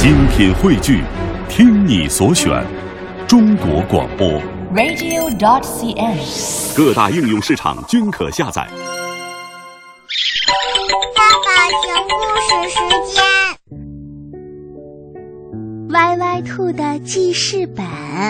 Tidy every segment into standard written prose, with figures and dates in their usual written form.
精品汇聚，听你所选，中国广播 radio.cn， 各大应用市场均可下载。 爸爸讲故事时间。 歪歪兔的记事本。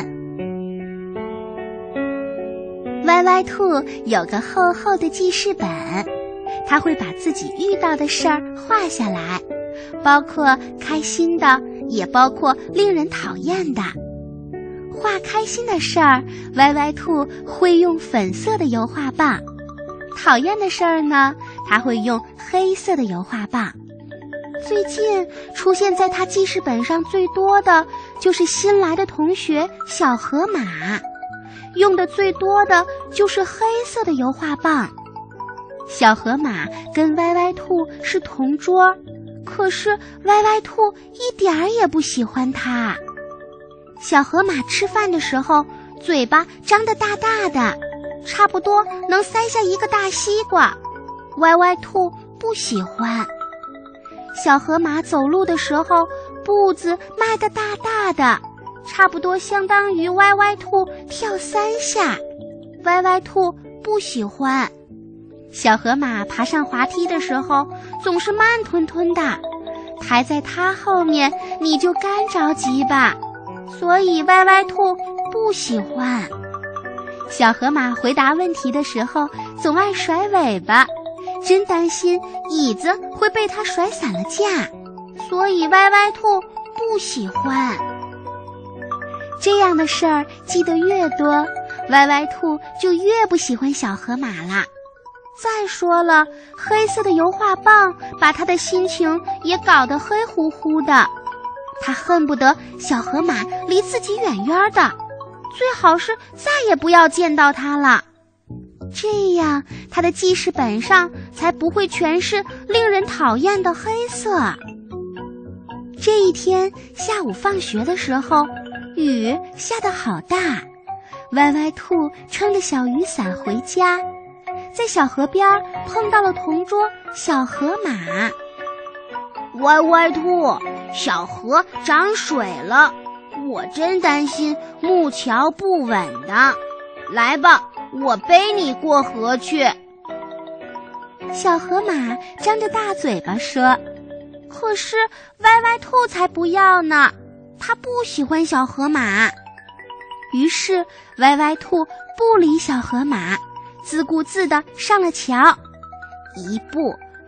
歪歪兔有个厚厚的记事本，他会把自己遇到的事儿画下来，包括开心的，也包括令人讨厌的。画开心的事儿，歪歪兔会用粉色的油画棒；讨厌的事儿呢，他会用黑色的油画棒。最近出现在他记事本上最多的就是新来的同学小河马，用的最多的就是黑色的油画棒。小河马跟歪歪兔是同桌，可是歪歪兔一点儿也不喜欢它。小河马吃饭的时候嘴巴张得大大的，差不多能塞下一个大西瓜，歪歪兔不喜欢。小河马走路的时候步子迈得大大的，差不多相当于歪歪兔跳3下，歪歪兔不喜欢。小河马爬上滑梯的时候总是慢吞吞的，排在它后面你就干着急吧，所以歪歪兔不喜欢。小河马回答问题的时候总爱甩尾巴，真担心椅子会被它甩散了架，所以歪歪兔不喜欢。这样的事儿记得越多，歪歪兔就越不喜欢小河马啦。再说了，黑色的油画棒把他的心情也搞得黑乎乎的，他恨不得小河马离自己远远的，最好是再也不要见到他了。这样他的记事本上才不会全是令人讨厌的黑色。这一天下午放学的时候，雨下得好大，歪歪兔撑着小雨伞回家，在小河边碰到了同桌小河马。 歪歪兔，小河涨水了，我真担心木桥不稳的，来吧，我背你过河去。 小河马张着大嘴巴说，可是歪歪兔才不要呢，他不喜欢小河马。于是歪歪兔不理小河马，自顾自地上了桥。1步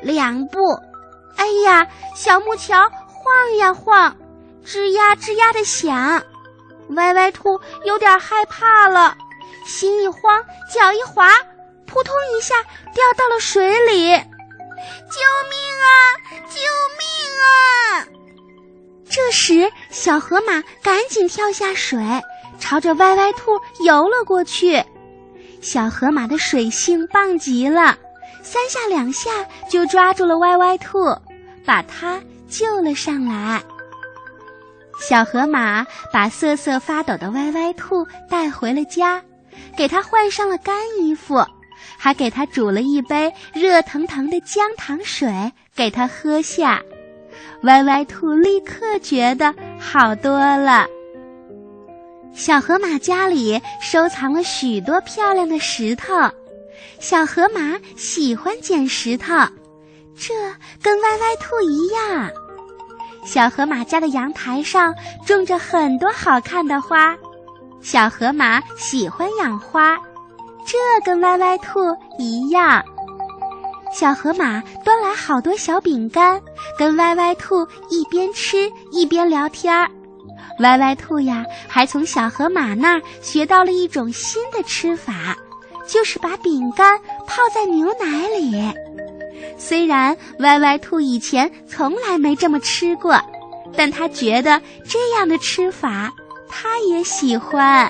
2步，哎呀，小木桥晃呀晃，吱呀吱呀地响。歪歪兔有点害怕了，心一慌，脚一滑，扑通一下掉到了水里。救命啊！救命啊！这时小河马赶紧跳下水，朝着歪歪兔游了过去。小河马的水性棒极了，3下2下就抓住了歪歪兔，把它救了上来。小河马把瑟瑟发抖的歪歪兔带回了家，给它换上了干衣服，还给它煮了一杯热腾腾的姜糖水给它喝下。歪歪兔立刻觉得好多了。小河马家里收藏了许多漂亮的石头，小河马喜欢捡石头，这跟歪歪兔一样。小河马家的阳台上种着很多好看的花，小河马喜欢养花，这跟歪歪兔一样。小河马端来好多小饼干，跟歪歪兔一边吃一边聊天儿。歪歪兔呀，还从小河马那儿学到了一种新的吃法，就是把饼干泡在牛奶里。虽然歪歪兔以前从来没这么吃过，但他觉得这样的吃法他也喜欢。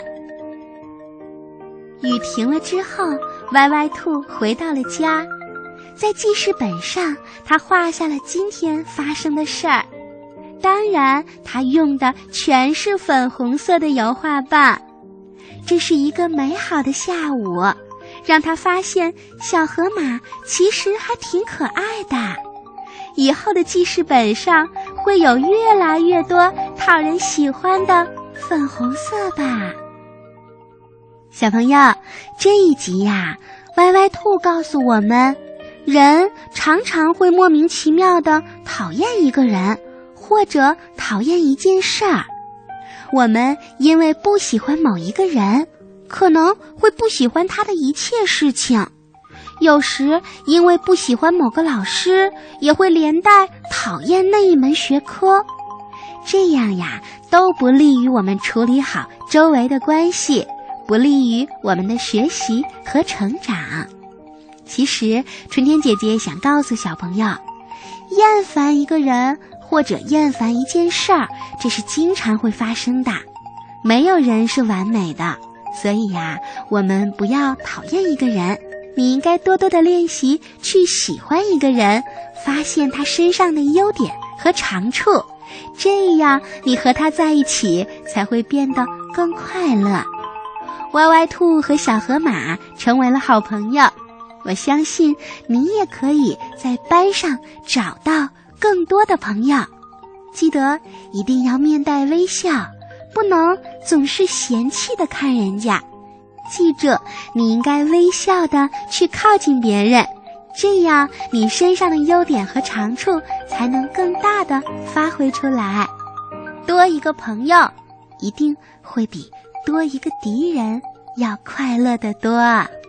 雨停了之后，歪歪兔回到了家，在记事本上他画下了今天发生的事儿。当然他用的全是粉红色的油画棒。这是一个美好的下午，让他发现小河马其实还挺可爱的。 以后的记事本上会有越来越多讨人喜欢的粉红色吧。小朋友，这一集呀，歪歪兔告诉我们，人常常会莫名其妙地讨厌一个人，或者讨厌一件事儿。我们因为不喜欢某一个人，可能会不喜欢他的一切事情。有时因为不喜欢某个老师，也会连带讨厌那一门学科。这样呀，都不利于我们处理好周围的关系，不利于我们的学习和成长。其实春天姐姐想告诉小朋友，厌烦一个人或者厌烦一件事儿，这是经常会发生的。没有人是完美的，所以呀，我们不要讨厌一个人，你应该多多的练习去喜欢一个人，发现他身上的优点和长处，这样你和他在一起才会变得更快乐。歪歪兔和小河马成为了好朋友，我相信你也可以在班上找到更多的朋友。记得一定要面带微笑，不能总是嫌弃地看人家。记住，你应该微笑地去靠近别人，这样你身上的优点和长处才能更大地发挥出来。多一个朋友，一定会比多一个敌人要快乐得多。